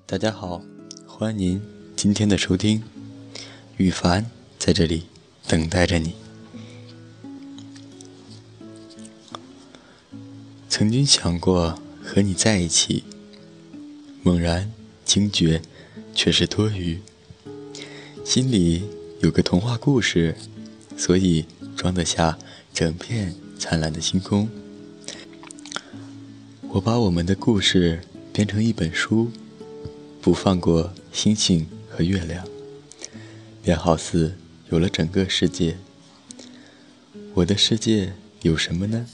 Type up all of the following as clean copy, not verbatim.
大家好，欢迎您今天的收听，羽凡在这里等待着你。曾经想过和你在一起，猛然惊觉却是多余。心里有个童话故事，所以装得下整片灿烂的星空。我把我们的故事编成一本书，不放过星星和月亮，便好似有了整个世界。我的世界有什么呢？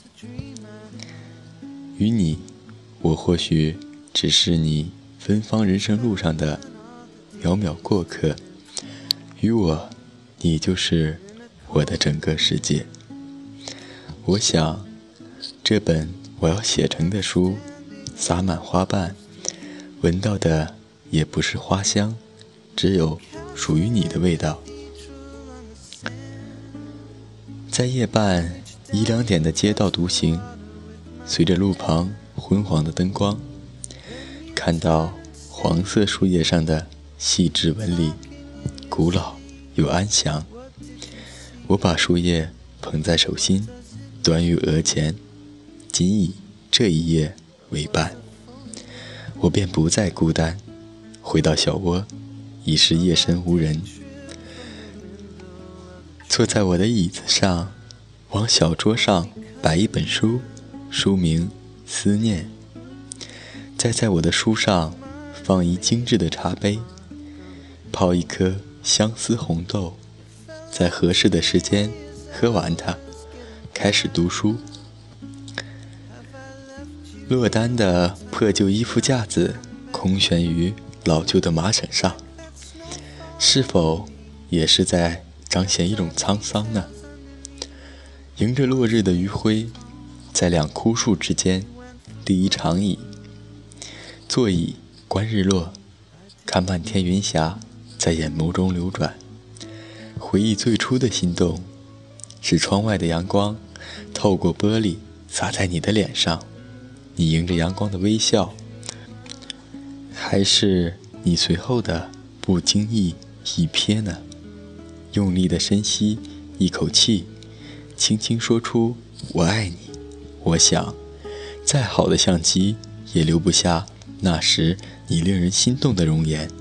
与你，我或许只是你芬芳人生路上的渺渺过客；与我，你就是我的整个世界。我想，这本我要写成的书，洒满花瓣，闻到的也不是花香，只有属于你的味道。在夜半1-2点的街道独行，随着路旁昏黄的灯光，看到黄色树叶上的细致纹理，古老又安详。我把树叶捧在手心，端于额前，仅以这一页为伴，我便不再孤单。回到小窝，已是夜深无人。坐在我的椅子上，往小桌上摆一本书，书名《思念》。再在我的书上放一精致的茶杯，泡一颗相思红豆，在合适的时间喝完它，开始读书。落单的破旧衣服架子空悬于老旧的麻绳上，是否也是在彰显一种沧桑呢？迎着落日的余晖，在两枯树之间立一长椅，坐椅观日落，看漫天云霞在眼眸中流转。回忆最初的心动，是窗外的阳光透过玻璃洒在你的脸上，你迎着阳光的微笑，还是你随后的不经意一瞥呢？用力的深吸一口气，轻轻说出我爱你。我想，再好的相机也留不下那时你令人心动的容颜。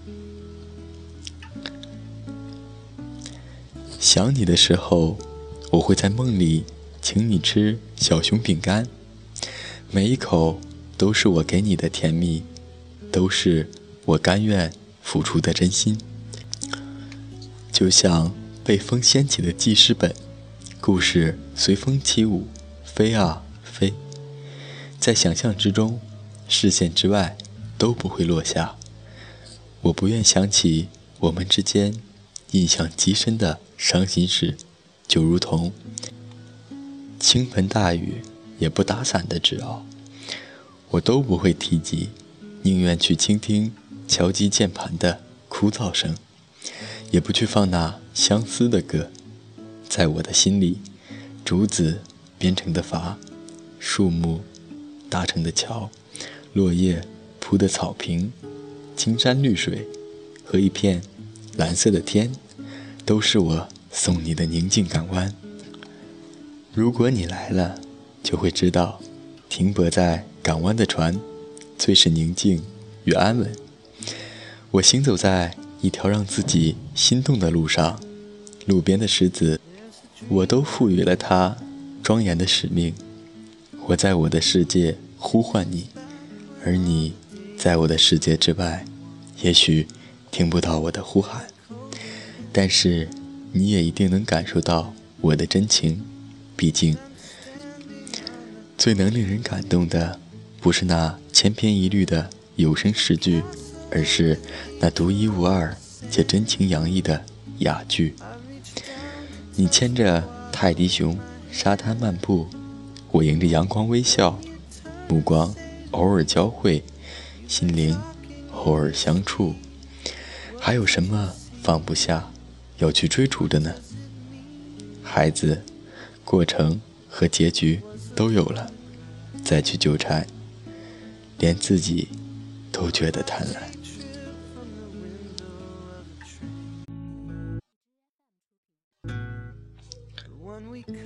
想你的时候，我会在梦里请你吃小熊饼干，每一口都是我给你的甜蜜，都是我甘愿付出的真心。就像被风掀起的记事本，故事随风起舞，飞啊飞，在想象之中，视线之外都不会落下。我不愿想起我们之间印象极深的伤心事，就如同倾盆大雨也不打伞的煎熬，我都不会提及，宁愿去倾听敲击键盘的枯燥声，也不去放那相思的歌。在我的心里，竹子编成的筏，树木搭成的桥，落叶铺的草坪，青山绿水和一片蓝色的天，都是我送你的宁静港湾。如果你来了，就会知道停泊在港湾的船最是宁静与安稳。我行走在一条让自己心动的路上，路边的石子我都赋予了它庄严的使命。我在我的世界呼唤你，而你在我的世界之外，也许听不到我的呼喊，但是你也一定能感受到我的真情。毕竟最能令人感动的，不是那千篇一律的有声诗句，而是那独一无二且真情洋溢的雅句。你牵着泰迪熊沙滩漫步，我迎着阳光微笑，目光偶尔交汇，心灵偶尔相触。还有什么放不下要去追逐的呢？孩子，过程和结局都有了，再去纠缠，连自己都觉得贪婪。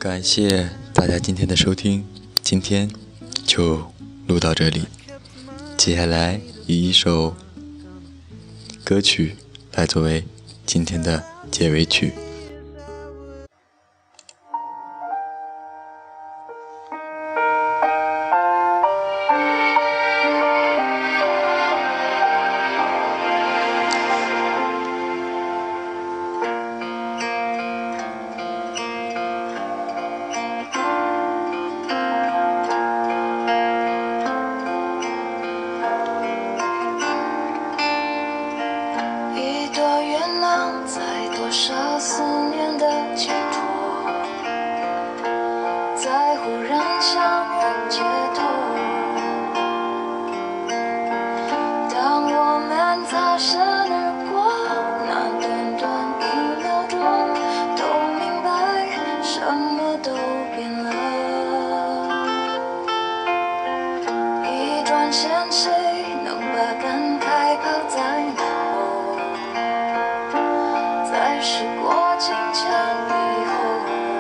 感谢大家今天的收听，今天就录到这里。接下来以一首歌曲来作为今天的结尾曲。 少思念的寄托，在忽然相遇街头，当我们擦身而过，那短短1秒钟，都明白什么都变了。一转身，谁能把感慨抛在脑后？在时过境迁以后，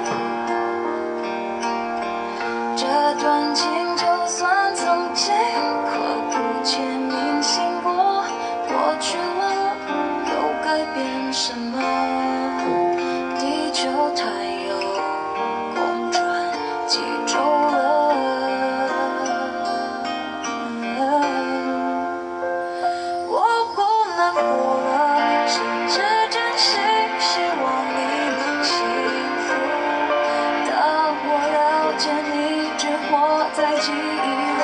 这段情就算曾经刻骨且铭心过，过去了又改变什么？地球它又公转几周了，我不难过了，甚至真心希望你能幸福。当我了解你只活在记忆